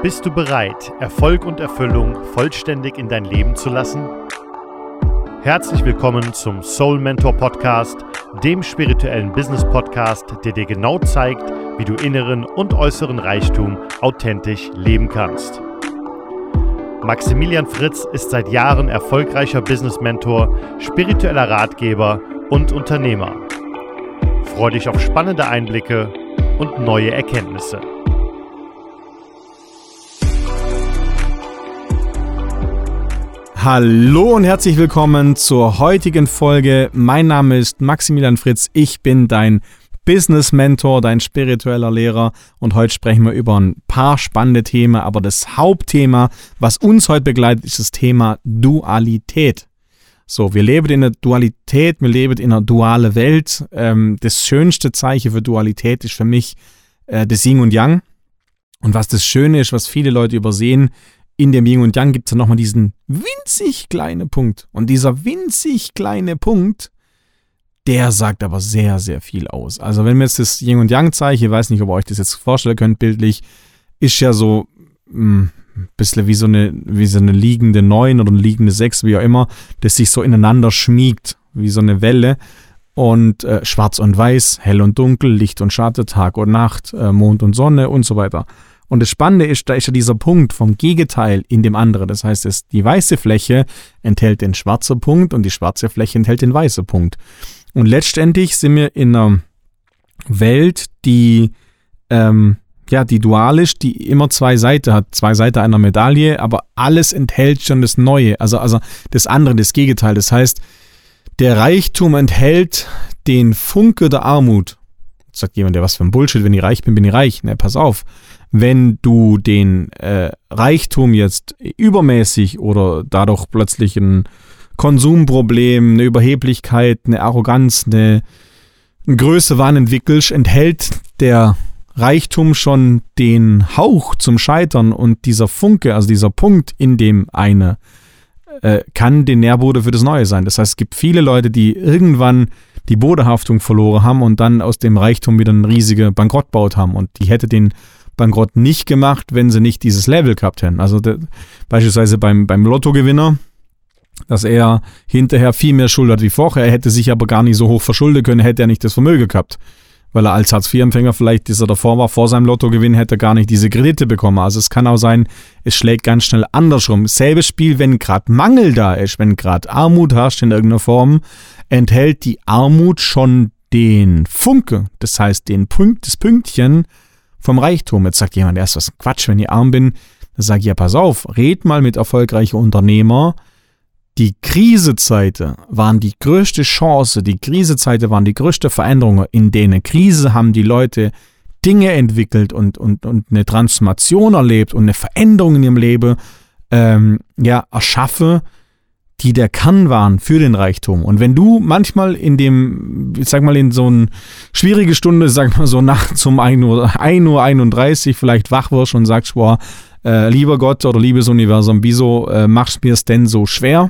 Bist du bereit, Erfolg und Erfüllung vollständig in dein Leben zu lassen? Herzlich willkommen zum Soul Mentor Podcast, dem spirituellen Business Podcast, der dir genau zeigt, wie du inneren und äußeren Reichtum authentisch leben kannst. Maximilian Fritz ist seit Jahren erfolgreicher Business Mentor, spiritueller Ratgeber und Unternehmer. Freue dich auf spannende Einblicke und neue Erkenntnisse. Hallo und herzlich willkommen zur heutigen Folge. Mein Name ist Maximilian Fritz, ich bin dein Business Mentor, dein spiritueller Lehrer und heute sprechen wir über ein paar spannende Themen, aber das Hauptthema, was uns heute begleitet, ist das Thema Dualität. So, wir leben in einer Dualität, wir leben in einer dualen Welt. Das schönste Zeichen für Dualität ist für mich das Yin und Yang. Und was das Schöne ist, was viele Leute übersehen, in dem Yin und Yang gibt es ja nochmal diesen winzig kleinen Punkt. Und dieser winzig kleine Punkt, der sagt aber sehr, sehr viel aus. Also wenn wir jetzt das Yin und Yang Zeichen, ich weiß nicht, ob ihr euch das jetzt vorstellen könnt, bildlich, ist ja so ein bisschen wie so eine liegende 9 oder eine liegende 6, wie auch immer, das sich so ineinander schmiegt, wie so eine Welle. Und schwarz und weiß, hell und dunkel, Licht und Schatten, Tag und Nacht, Mond und Sonne und so weiter. Und das Spannende ist, da ist ja dieser Punkt vom Gegenteil in dem anderen. Das heißt, die weiße Fläche enthält den schwarzen Punkt und die schwarze Fläche enthält den weißen Punkt. Und letztendlich sind wir in einer Welt, die dual ist, die immer zwei Seiten hat, zwei Seiten einer Medaille, aber alles enthält schon das Neue, also das andere, das Gegenteil. Das heißt, der Reichtum enthält den Funke der Armut. Jetzt sagt jemand, ja, was für ein Bullshit, wenn ich reich bin, bin ich reich. Ne, pass auf. Wenn du den Reichtum jetzt übermäßig oder dadurch plötzlich ein Konsumproblem, eine Überheblichkeit, eine Arroganz, eine Größenwahn entwickelst, enthält der Reichtum schon den Hauch zum Scheitern und dieser Funke, also dieser Punkt in dem eine, kann den Nährboden für das Neue sein. Das heißt, es gibt viele Leute, die irgendwann die Bodenhaftung verloren haben und dann aus dem Reichtum wieder einen riesigen Bankrott gebaut haben und die hätte den Bankrott nicht gemacht, wenn sie nicht dieses Level gehabt hätten. Also beispielsweise beim Lottogewinner, dass er hinterher viel mehr Schuld hat wie vorher, er hätte sich aber gar nicht so hoch verschulden können, hätte er nicht das Vermögen gehabt. Weil er als Hartz-IV-Empfänger vielleicht, das er davor war, vor seinem Lottogewinn, hätte er gar nicht diese Kredite bekommen. Also es kann auch sein, es schlägt ganz schnell andersrum. Selbes Spiel, wenn gerade Mangel da ist, wenn gerade Armut herrscht in irgendeiner Form, enthält die Armut schon den Funke, das heißt das Pünktchen vom Reichtum. Jetzt sagt jemand, erst was Quatsch, wenn ich arm bin. Dann sage ich, ja, pass auf, red mal mit erfolgreichen Unternehmern. Die Krisenzeiten waren die größte Chance, die Krisenzeiten waren die größte Veränderung. In denen Krise haben die Leute Dinge entwickelt und eine Transformation erlebt und eine Veränderung in ihrem Leben erschaffen, die der Kern waren für den Reichtum. Und wenn du manchmal in so eine schwierige Stunde, so nachts um 1:31 Uhr vielleicht wach wirst und sagst, boah, lieber Gott oder liebes Universum, wieso machst du mir es denn so schwer?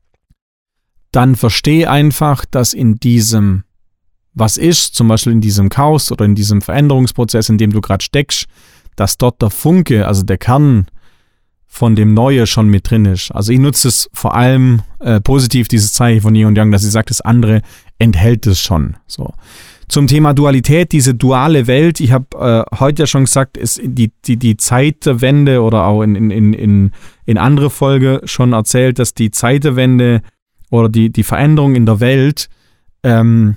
Dann verstehe einfach, dass in diesem, was ist, zum Beispiel in diesem Chaos oder in diesem Veränderungsprozess, in dem du gerade steckst, dass dort der Funke, also der Kern von dem Neue schon mit drin ist. Also ich nutze es vor allem positiv, dieses Zeichen von Yin und Yang, dass ich sage, das andere enthält es schon. So. Zum Thema Dualität, diese duale Welt, ich habe heute ja schon gesagt, ist die Zeitenwende oder auch in andere Folge schon erzählt, dass die Zeitenwende oder die Veränderung in der Welt eine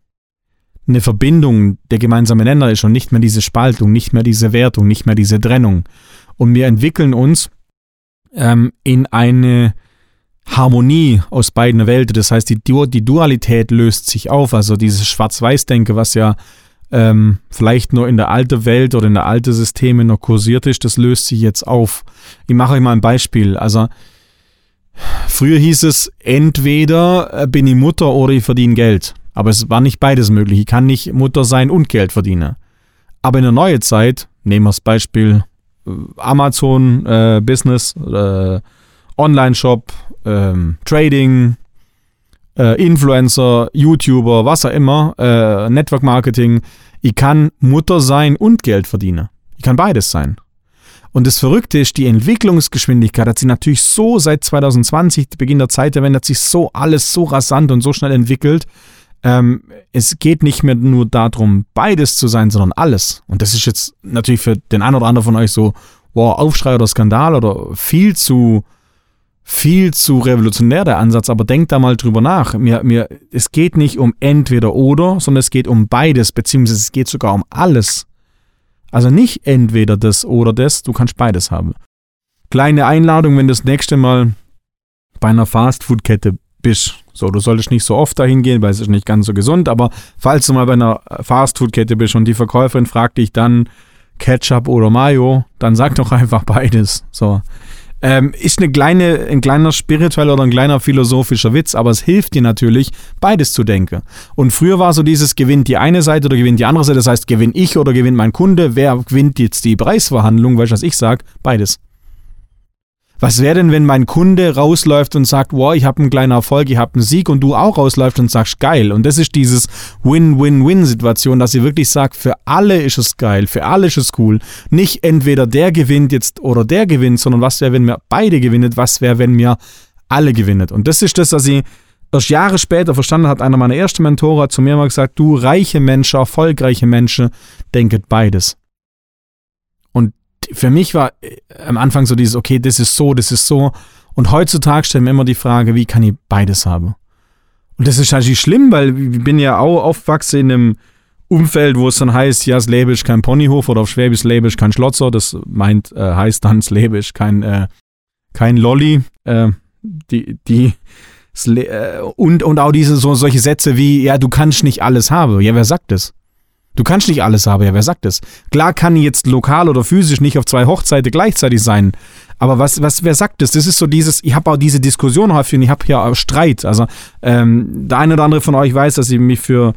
Verbindung der gemeinsame Nenner ist und nicht mehr diese Spaltung, nicht mehr diese Wertung, nicht mehr diese Trennung. Und wir entwickeln uns in eine Harmonie aus beiden Welten. Das heißt, die Dualität löst sich auf. Also dieses Schwarz-Weiß-Denken, was ja vielleicht nur in der alten Welt oder in der alten Systeme noch kursiert ist, das löst sich jetzt auf. Ich mache euch mal ein Beispiel. Also früher hieß es, entweder bin ich Mutter oder ich verdiene Geld. Aber es war nicht beides möglich. Ich kann nicht Mutter sein und Geld verdienen. Aber in der neuen Zeit, nehmen wir das Beispiel Amazon Business, Online-Shop, Trading, Influencer, YouTuber, was auch immer, Network Marketing. Ich kann Mutter sein und Geld verdienen. Ich kann beides sein. Und das Verrückte ist, die Entwicklungsgeschwindigkeit hat sich natürlich so seit 2020, Beginn der Zeitwende, hat sich so alles so rasant und so schnell entwickelt. Es geht nicht mehr nur darum, beides zu sein, sondern alles. Und das ist jetzt natürlich für den einen oder anderen von euch so, wow, Aufschrei oder Skandal oder viel zu revolutionär der Ansatz, aber denkt da mal drüber nach. Es geht nicht um entweder oder, sondern es geht um beides, beziehungsweise es geht sogar um alles. Also nicht entweder das oder das, du kannst beides haben. Kleine Einladung, wenn du das nächste Mal bei einer Fastfood-Kette bist. So, du solltest nicht so oft dahin gehen, weil es ist nicht ganz so gesund, aber falls du mal bei einer Fastfood-Kette bist und die Verkäuferin fragt dich dann Ketchup oder Mayo, dann sag doch einfach beides. So. Ist ein kleiner spiritueller oder ein kleiner philosophischer Witz, aber es hilft dir natürlich, beides zu denken. Und früher war so dieses, gewinnt die eine Seite oder gewinnt die andere Seite, das heißt, gewinne ich oder gewinnt mein Kunde, wer gewinnt jetzt die Preisverhandlung, weißt du, was ich sage? Beides. Was wäre denn, wenn mein Kunde rausläuft und sagt, wow, ich habe einen kleinen Erfolg, ich habe einen Sieg und du auch rausläufst und sagst, geil. Und das ist dieses Win-Win-Win-Situation, dass ihr wirklich sagt, für alle ist es geil, für alle ist es cool. Nicht entweder der gewinnt jetzt oder der gewinnt, sondern was wäre, wenn wir beide gewinnen, was wäre, wenn wir alle gewinnen. Und das ist das, was ich erst Jahre später verstanden hat. Einer meiner ersten Mentoren hat zu mir mal gesagt, du reiche Menschen, erfolgreiche Menschen, denket beides. Und für mich war am Anfang so dieses, okay, das ist so. Und heutzutage stellen wir immer die Frage, wie kann ich beides haben? Und das ist natürlich schlimm, weil ich bin ja auch aufgewachsen in einem Umfeld, wo es dann heißt, ja, das Leben ist kein Ponyhof oder auf Schwäbisch, das Leben ist kein Schlotzer. Das heißt dann, das Leben ist kein Lolli. Und auch solche Sätze wie, ja, du kannst nicht alles haben. Ja, wer sagt das? Du kannst nicht alles haben, ja, wer sagt das? Klar kann ich jetzt lokal oder physisch nicht auf 2 Hochzeiten gleichzeitig sein, aber wer sagt das? Das ist so dieses, ich habe auch diese Diskussion häufig und ich habe hier auch Streit. Also der eine oder andere von euch weiß, dass ich mich für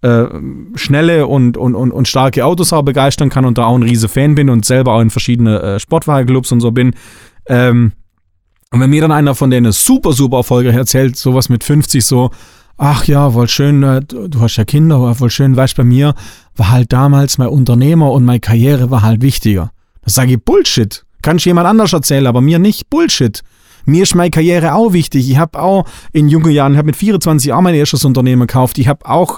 schnelle und starke Autos auch begeistern kann und da auch ein riesen Fan bin und selber auch in verschiedene Sportwagenclubs und so bin. Und wenn mir dann einer von denen super erfolgreich erzählt, sowas mit 50 so, ach ja, voll schön, du hast ja Kinder, aber voll schön, weißt du, bei mir war halt damals mein Unternehmer und meine Karriere war halt wichtiger. Da sage ich, Bullshit. Kannst jemand anders erzählen, aber mir nicht. Bullshit. Mir ist meine Karriere auch wichtig. Ich habe auch in jungen Jahren, ich habe mit 24 auch mein erstes Unternehmen gekauft. Ich habe auch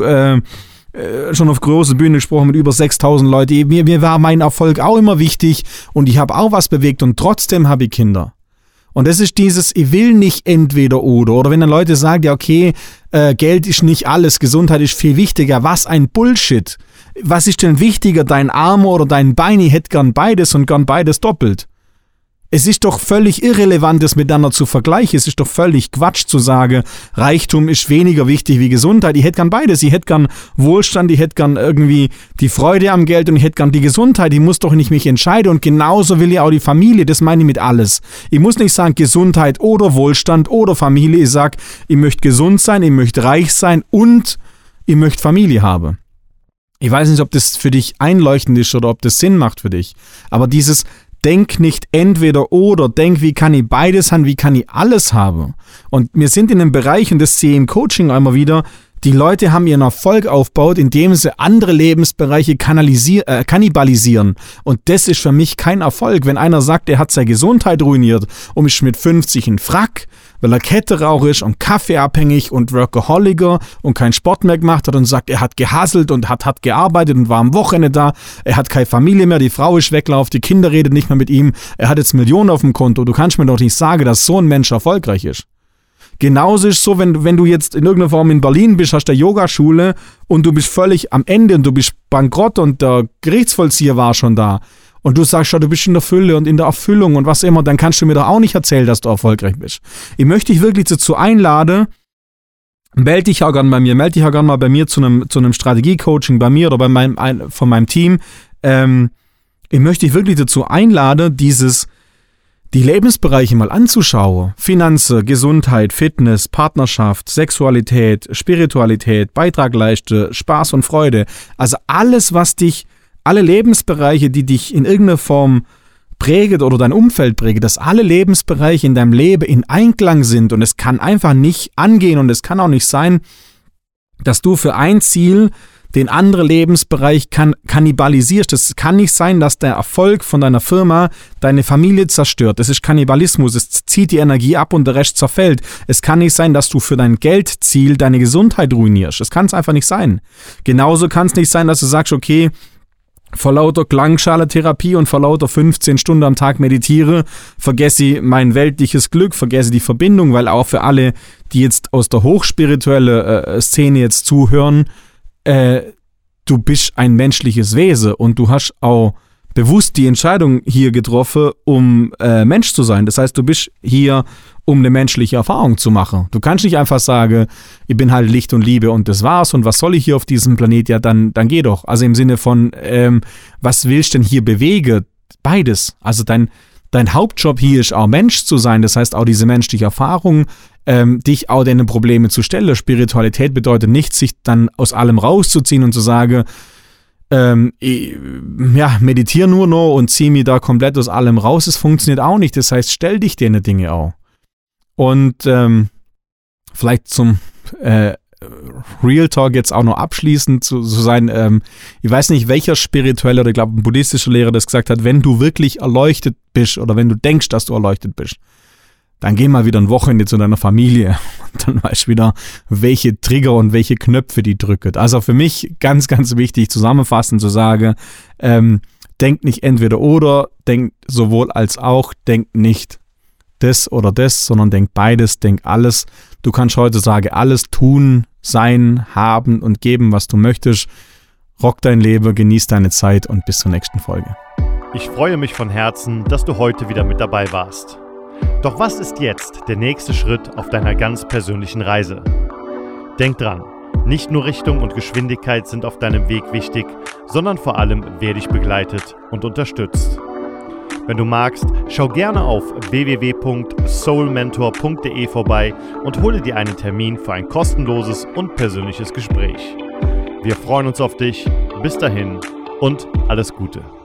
schon auf große Bühne gesprochen mit über 6.000 Leuten. Mir war mein Erfolg auch immer wichtig und ich habe auch was bewegt und trotzdem habe ich Kinder. Und das ist dieses, ich will nicht entweder oder wenn dann Leute sagen, ja okay, Geld ist nicht alles, Gesundheit ist viel wichtiger, was ein Bullshit. Was ist denn wichtiger, dein Arm oder dein Bein? Ich hätte gern beides und gern beides doppelt. Es ist doch völlig irrelevant, das miteinander zu vergleichen. Es ist doch völlig Quatsch zu sagen, Reichtum ist weniger wichtig wie Gesundheit. Ich hätte gern beides. Ich hätte gern Wohlstand, ich hätte gern irgendwie die Freude am Geld und ich hätte gern die Gesundheit. Ich muss doch nicht mich entscheiden und genauso will ich auch die Familie. Das meine ich mit alles. Ich muss nicht sagen Gesundheit oder Wohlstand oder Familie. Ich sage, ich möchte gesund sein, ich möchte reich sein und ich möchte Familie haben. Ich weiß nicht, ob das für dich einleuchtend ist oder ob das Sinn macht für dich. Aber dieses denk nicht entweder oder, denk, wie kann ich beides haben, wie kann ich alles haben. Und wir sind in einem Bereich, und das sehe ich im Coaching einmal wieder, die Leute haben ihren Erfolg aufgebaut, indem sie andere Lebensbereiche kannibalisieren. Und das ist für mich kein Erfolg. Wenn einer sagt, er hat seine Gesundheit ruiniert und ist mit 50 ein Frack, weil er Kettenraucher ist und kaffeeabhängig und Workaholiker und keinen Sport mehr gemacht hat und sagt, er hat gehustelt und hat gearbeitet und war am Wochenende da, er hat keine Familie mehr, die Frau ist weglaufen, die Kinder reden nicht mehr mit ihm, er hat jetzt Millionen auf dem Konto. Du kannst mir doch nicht sagen, dass so ein Mensch erfolgreich ist. Genauso ist es so, wenn du jetzt in irgendeiner Form in Berlin bist, hast du eine Yogaschule und du bist völlig am Ende und du bist bankrott und der Gerichtsvollzieher war schon da und du sagst, ja, du bist in der Fülle und in der Erfüllung und was immer, dann kannst du mir doch auch nicht erzählen, dass du erfolgreich bist. Ich möchte dich wirklich dazu einladen, melde dich auch gerne bei mir, melde dich auch gerne mal bei mir zu einem Strategie-Coaching bei mir oder von meinem Team. Ich möchte dich wirklich dazu einladen, die Lebensbereiche mal anzuschauen. Finanzen, Gesundheit, Fitness, Partnerschaft, Sexualität, Spiritualität, Beitrag leisten, Spaß und Freude. Also alles, alle Lebensbereiche, die dich in irgendeiner Form prägen oder dein Umfeld prägen, dass alle Lebensbereiche in deinem Leben in Einklang sind und es kann einfach nicht angehen und es kann auch nicht sein, dass du für ein Ziel den anderen Lebensbereich kannibalisiert. Es kann nicht sein, dass der Erfolg von deiner Firma deine Familie zerstört. Das ist Kannibalismus. Es zieht die Energie ab und der Rest zerfällt. Es kann nicht sein, dass du für dein Geldziel deine Gesundheit ruinierst. Das kann es einfach nicht sein. Genauso kann es nicht sein, dass du sagst, okay, vor lauter Klangschale-Therapie und vor lauter 15 Stunden am Tag meditiere, vergesse mein weltliches Glück, vergesse die Verbindung, weil auch für alle, die jetzt aus der hochspirituellen Szene jetzt zuhören, du bist ein menschliches Wesen und du hast auch bewusst die Entscheidung hier getroffen, um Mensch zu sein. Das heißt, du bist hier, um eine menschliche Erfahrung zu machen. Du kannst nicht einfach sagen, ich bin halt Licht und Liebe und das war's und was soll ich hier auf diesem Planet? Ja, dann geh doch. Also im Sinne von, was willst du denn hier bewegen? Beides. Also dein Hauptjob hier ist auch Mensch zu sein. Das heißt auch diese menschliche Erfahrung, dich auch deine Probleme zu stellen. Spiritualität bedeutet nicht, sich dann aus allem rauszuziehen und zu sagen, meditiere nur noch und zieh mich da komplett aus allem raus. Das funktioniert auch nicht. Das heißt, stell dich dir Dinge auch. Und vielleicht zum Real Talk jetzt auch noch abschließend zu sein, ich weiß nicht, welcher spirituelle oder ich glaube ein buddhistischer Lehrer das gesagt hat, wenn du wirklich erleuchtet bist oder wenn du denkst, dass du erleuchtet bist, dann geh mal wieder ein Wochenende zu deiner Familie und dann weißt du wieder, welche Trigger und welche Knöpfe die drücken. Also für mich ganz, ganz wichtig, zusammenfassend zu sagen, denk nicht entweder oder, denk sowohl als auch, denk nicht das oder das, sondern denk beides, denk alles. Du kannst heutzutage alles tun, sein, haben und geben, was du möchtest. Rock dein Leben, genieß deine Zeit und bis zur nächsten Folge. Ich freue mich von Herzen, dass du heute wieder mit dabei warst. Doch was ist jetzt der nächste Schritt auf deiner ganz persönlichen Reise? Denk dran, nicht nur Richtung und Geschwindigkeit sind auf deinem Weg wichtig, sondern vor allem, wer dich begleitet und unterstützt. Wenn du magst, schau gerne auf www.soulmentor.de vorbei und hole dir einen Termin für ein kostenloses und persönliches Gespräch. Wir freuen uns auf dich. Bis dahin und alles Gute.